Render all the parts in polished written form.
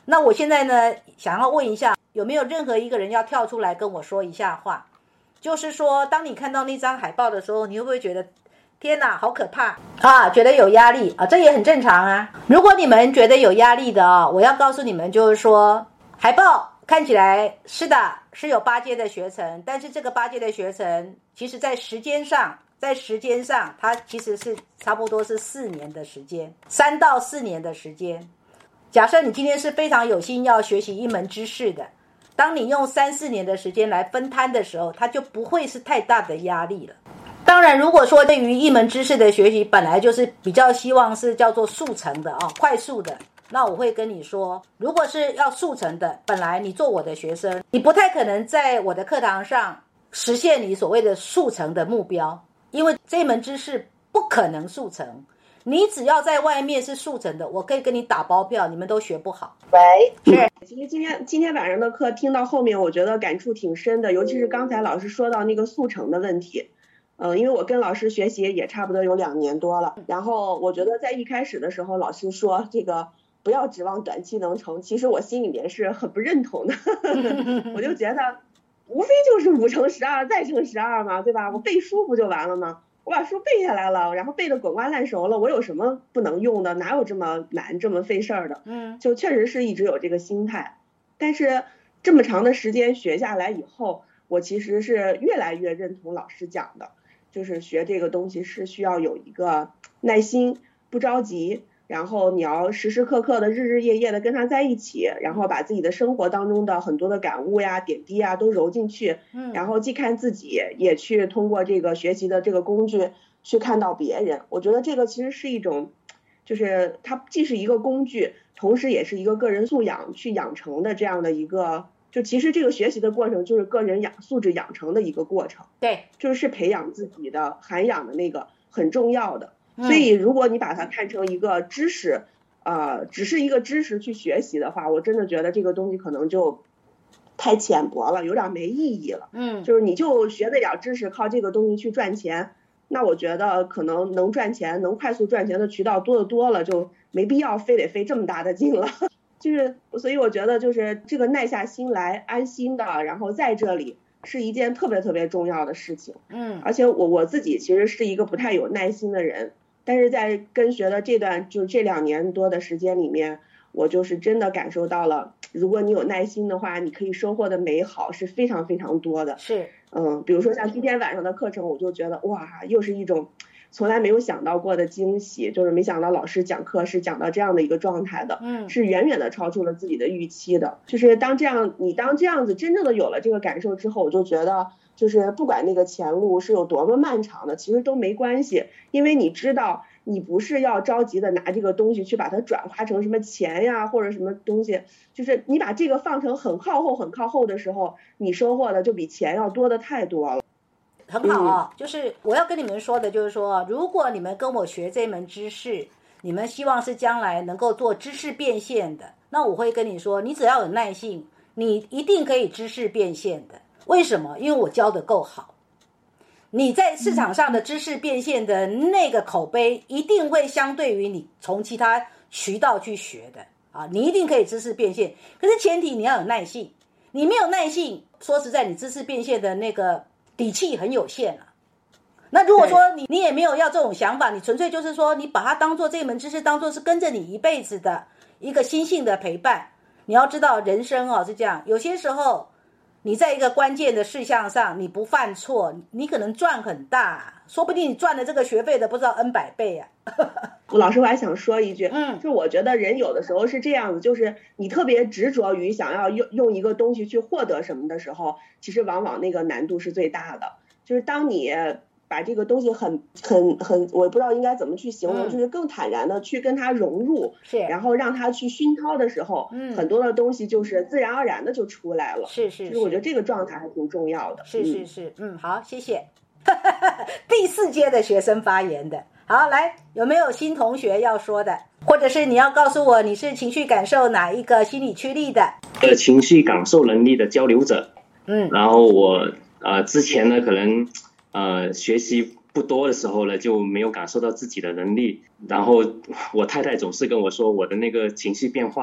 那我现在呢，想要问一下，有没有任何一个人要跳出来跟我说一下话？就是说，当你看到那张海报的时候，你会不会觉得天哪，好可怕啊？觉得有压力啊？这也很正常啊。如果你们觉得有压力的啊，我要告诉你们，就是说，海报看起来是的，是有8阶的学程，但是这个8阶的学程，其实在时间上，它其实是差不多是4年的时间，3到4年的时间。假设你今天是非常有心要学习一门知识的，当你用3、4年的时间来分摊的时候，它就不会是太大的压力了。当然，如果说对于一门知识的学习本来就是比较希望是叫做速成的啊，快速的，那我会跟你说，如果是要速成的，本来你做我的学生，你不太可能在我的课堂上实现你所谓的速成的目标，因为这门知识不可能速成。你只要在外面是速成的，我可以跟你打包票，你们都学不好。 喂， 是。 其实今天晚上的课听到后面，我觉得感触挺深的，尤其是刚才老师说到那个速成的问题。因为我跟老师学习也差不多有2年多了，然后我觉得在一开始的时候，老师说这个不要指望短期能成，其实我心里面是很不认同的。我就觉得无非就是5乘12再乘12嘛，对吧？我背书不就完了吗？我把书背下来了，然后背得滚瓜烂熟了，我有什么不能用的？哪有这么难这么费事儿的？就确实是一直有这个心态。但是这么长的时间学下来以后，我其实是越来越认同老师讲的，就是学这个东西是需要有一个耐心，不着急，然后你要时时刻刻的日日夜夜的跟他在一起，然后把自己的生活当中的很多的感悟呀点滴呀都揉进去，然后既看自己也去通过这个学习的这个工具去看到别人。我觉得这个其实是一种，就是它既是一个工具，同时也是一个个人素养去养成的这样的一个，就其实这个学习的过程就是个人素质养成的一个过程。 对， 就是培养自己的涵养的那个很重要的。所以如果你把它看成一个知识，只是一个知识去学习的话，我真的觉得这个东西可能就太浅薄了，有点没意义了。就是你就学那点知识，靠这个东西去赚钱，那我觉得可能能赚钱，能快速赚钱的渠道多得多了，就没必要非得费这么大的劲了。就是所以我觉得就是这个耐下心来，安心的，然后在这里是一件特别特别重要的事情。而且我自己其实是一个不太有耐心的人，但是在跟学的这2年多的时间里面，我就是真的感受到了，如果你有耐心的话，你可以收获的美好是非常非常多的。 是， 比如说像今天晚上的课程，我就觉得哇，又是一种从来没有想到过的惊喜，就是没想到老师讲课是讲到这样的一个状态的，是远远的超出了自己的预期的。就是当这样子真正的有了这个感受之后，我就觉得就是不管那个前路是有多么漫长的，其实都没关系，因为你知道你不是要着急的拿这个东西去把它转化成什么钱呀或者什么东西，就是你把这个放成很靠后的时候，你收获的就比钱要多的太多了。 很好啊，就是我要跟你们说的就是说，如果你们跟我学这门知识，你们希望是将来能够做知识变现的，那我会跟你说，你只要有耐性，你一定可以知识变现的。为什么？因为我教的够好，你在市场上的知识变现的那个口碑一定会相对于你从其他渠道去学的啊，你一定可以知识变现。可是前提你要有耐性，你没有耐性，说实在，你知识变现的那个底气很有限啊。那如果说你也没有要这种想法，你纯粹就是说你把它当做这门知识当做是跟着你一辈子的一个心性的陪伴。你要知道人生是这样，有些时候你在一个关键的事项上你不犯错，你可能赚很大，说不定你赚了这个学费的不知道 N 百倍啊。 老师我还想说一句，就是我觉得人有的时候是这样子，就是你特别执着于想要用一个东西去获得什么的时候，其实往往那个难度是最大的。就是当你把这个东西很，我不知道应该怎么去形容，就是更坦然的去跟它融入，然后让它去熏陶的时候，很多的东西就是自然而然的就出来了。就是我觉得这个状态还挺重要的。 好，谢谢。第4阶的学生发言的，好，来，有没有新同学要说的，或者是你要告诉我你是情绪感受哪一个心理驱力的？ 情绪感受能力的交流者。然后我之前呢可能学习不多的时候呢就没有感受到自己的能力，然后我太太总是跟我说我的那个情绪变化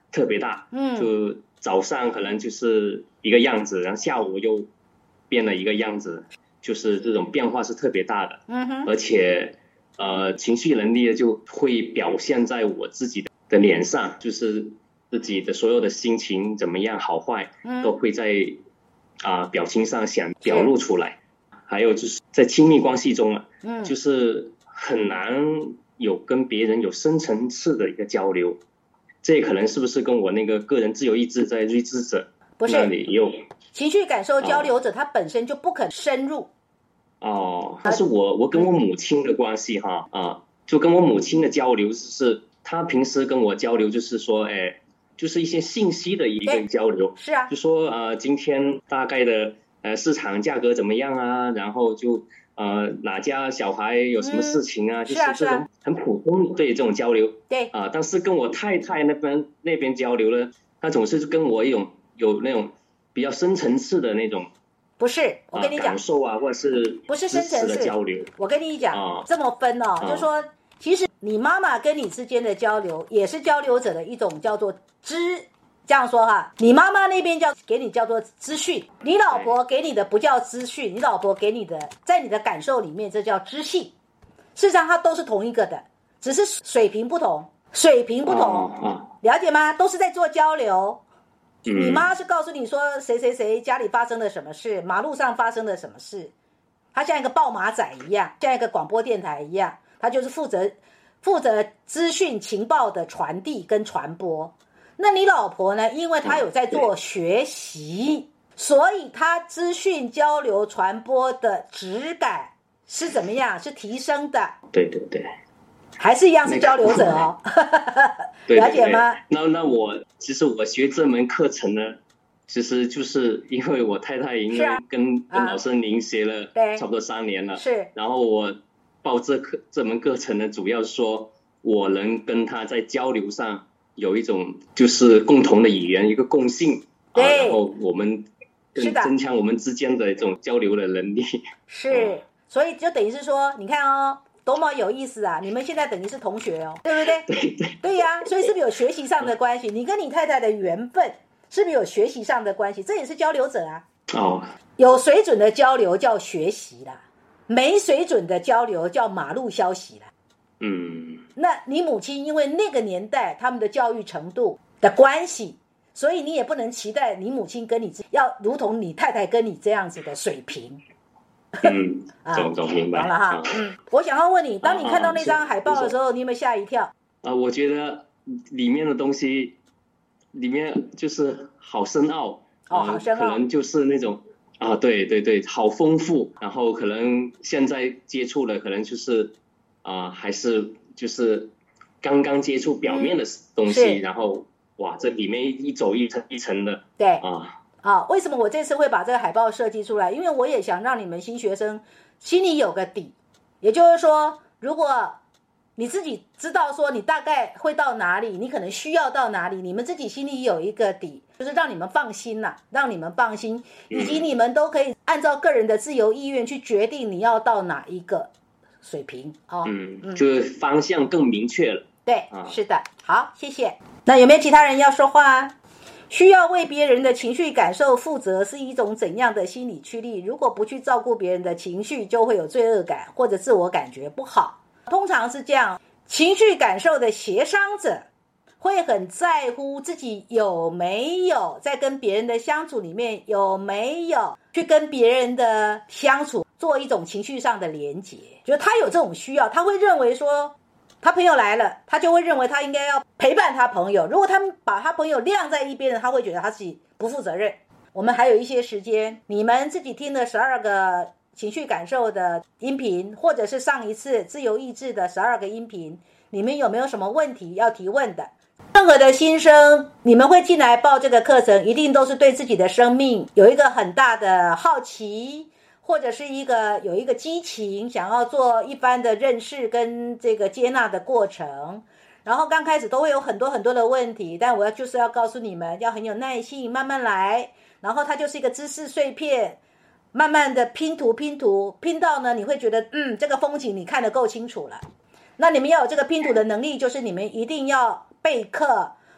特别大，就早上可能就是一个样子，然后下午又变了一个样子，就是这种变化是特别大的。而且情绪能力就会表现在我自己的脸上，就是自己的所有的心情怎么样好坏，都会在表情上想表露出来。还有就是在亲密关系中就是很难有跟别人有深层次的一个交流。这可能是不是跟我那个个人自由意志在睿智者那里有情绪感受交流者，他本身就不肯深入。 但是我跟我母亲的关系就跟我母亲的交流是她平时跟我交流就是说就是一些信息的一个交流。 是啊， 就说今天大概的市场价格怎么样啊，然后就哪家小孩有什么事情就是这种很普通对这种交流。 对但是跟我太太那边交流呢，她总是跟我有那种比较深层次的那种。 不是，我跟你讲， 感受或者是不是深层次的交流。 我跟你讲，这么分就是说，其实你妈妈跟你之间的交流，也是交流者的一种叫做这样说你妈妈那边给你叫做资讯，你老婆给你的不叫资讯，你老婆给你的，在你的感受里面这叫知性。事实上它都是同一个的，只是水平不同，了解吗？都是在做交流。你妈是告诉你说谁谁谁家里发生了什么事，马路上发生了什么事，他像一个报马仔一样，像一个广播电台一样，他就是负责资讯情报的传递跟传播。那你老婆呢，因为她有在做学习，所以她资讯交流传播的质感是怎么样？是提升的。 对对对， 还是一样是交流者了解吗？ 那其实我学这门课程呢，其实就是因为我太太因为跟老师您学了差不多3年了，然后我报这门课程呢，主要说我能跟她在交流上有一种就是共同的语言，一个共性，然后我们更增强我们之间的这种交流的能力。 所以就等于是说，你看多么有意思你们现在等于是同学对不对？对呀，所以是不是有学习上的关系？你跟你太太的缘分是不是有学习上的关系？这也是交流者有水准的交流叫学习啦，没水准的交流叫马路消息啦。那你母亲因为那个年代他们的教育程度的关系，所以你也不能期待你母亲跟你要如同你太太跟你这样子的水平。 总明白了我想要问你，当你看到那张海报的时候，你有没有吓一跳？ 我觉得里面的东西里面就是好深奥好深奥， 可能就是那种对对对，好丰富。然后可能现在接触了，可能就是还是就是刚刚接触表面的东西，然后哇，这里面一走一层一层的。 对为什么我这次会把这个海报设计出来？因为我也想让你们新学生心里有个底，也就是说，如果你自己知道说你大概会到哪里，你可能需要到哪里，你们自己心里有一个底，就是让你们放心让你们放心，以及你们都可以按照个人的自由意愿去决定你要到哪一个水平就是方向更明确了。 对，是的。好，谢谢。那有没有其他人要说话需要为别人的情绪感受负责是一种怎样的心理驱力？如果不去照顾别人的情绪，就会有罪恶感或者自我感觉不好。通常是这样，情绪感受的协商者会很在乎自己有没有在跟别人的相处里面，有没有去跟别人的相处做一种情绪上的连结，就是他有这种需要，他会认为说他朋友来了，他就会认为他应该要陪伴他朋友，如果他把他朋友晾在一边，他会觉得他自己不负责任。我们还有一些时间，你们自己听了12个情绪感受的音频，或者是上一次自由意志的12个音频，你们有没有什么问题要提问的？任何的新生，你们会进来报这个课程，一定都是对自己的生命有一个很大的好奇，或者是有一个激情，想要做一番的认识跟这个接纳的过程。然后刚开始都会有很多很多的问题，但我就是要告诉你们，要很有耐性，慢慢来。然后它就是一个知识碎片，慢慢的拼到呢，你会觉得这个风景你看得够清楚了。那你们要有这个拼图的能力，就是你们一定要备课，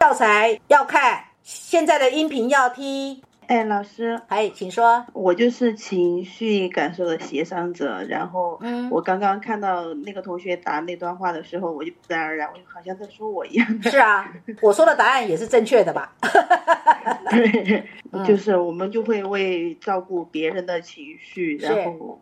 教材要看，现在的音频要听。 哎，老师， 请说。 我就是情绪感受的协商者，然后我刚刚看到那个同学答那段话的时候，我就自然而然，我就好像在说我一样的。 是啊，我说的答案也是正确的吧？ 对，就是我们就会为照顾别人的情绪，然后，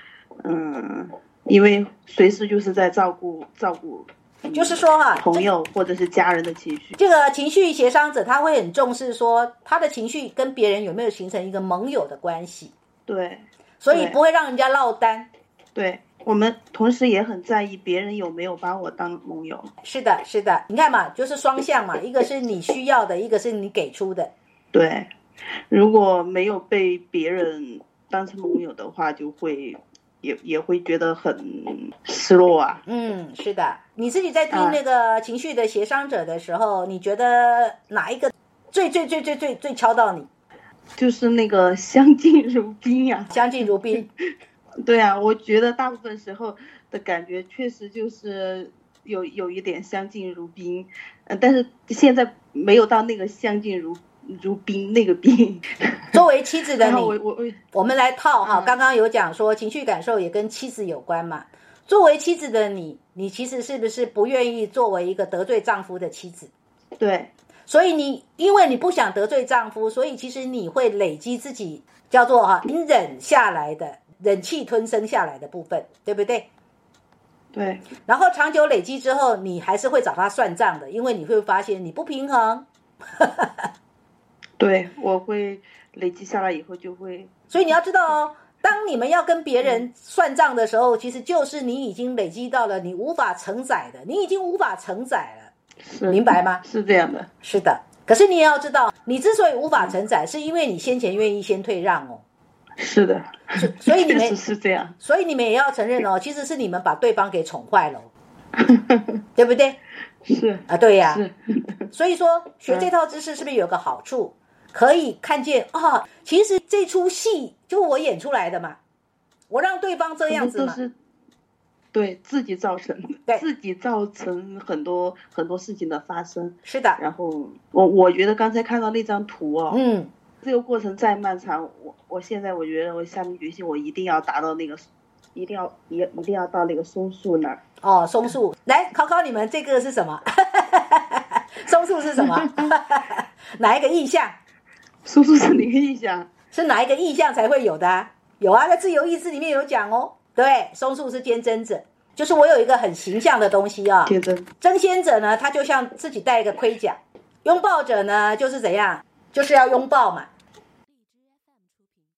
因为随时就是在照顾。 就是说朋友或者是家人的情绪， 这个情绪协商者他会很重视说他的情绪跟别人有没有形成一个盟友的关系。 对， 所以不会让人家落单。 对，我们同时也很在意别人有没有把我当盟友。 是的，是的，你看嘛，就是双向嘛，一个是你需要的，一个是你给出的。 对，如果没有被别人当成盟友的话，就会也会觉得很失落啊。 是的。你自己在听那个情绪的协商者的时候，你觉得哪一个最敲到你？ 就是那个相敬如宾呀。 相敬如宾。 对啊，我觉得大部分时候的感觉确实就是有一点相敬如宾，但是现在没有到那个相敬如宾那个宾。 作为妻子的你，我们来套刚刚有讲说情绪感受也跟妻子有关嘛。作为妻子的你其实是不是不愿意作为一个得罪丈夫的妻子？ 对。 所以因为你不想得罪丈夫，所以其实你会累积自己叫做隐忍下来的忍气吞声下来的部分，对不对？ 对。 然后长久累积之后，你还是会找他算账的，因为你会发现你不平衡。 对，我会累积下来以后就会。 所以你要知道当你们要跟别人算账的时候，其实就是你已经累积到了你无法承载的，你已经无法承载了，明白吗？ 是这样的。 是的。可是你也要知道，你之所以无法承载，是因为你先前愿意先退让哦。 是的。 所以你们确实是这样。 所以你们也要承认其实是你们把对方给宠坏了对不对？ 是啊，对呀。所以说学这套知识是不是有个好处？可以看见其实这出戏就我演出来的嘛，我让对方这样子嘛， 对自己造成的， 对自己造成很多事情的发生。 是的。 然后我觉得刚才看到那张图这个过程再漫长，我现在我觉得我下定决心，我一定要达到那个，一定要到那个松树那儿。 松树，来考考你们，这个是什么？松树是什么？哪一个意象？ 松树是哪个意象？ 是哪一个意象才会有的有啊，在自由意志里面有讲对，松树是坚贞者，就是我有一个很形象的东西坚贞。 争先者呢，他就像自己戴一个盔甲，拥抱者呢就是怎样，就是要拥抱嘛，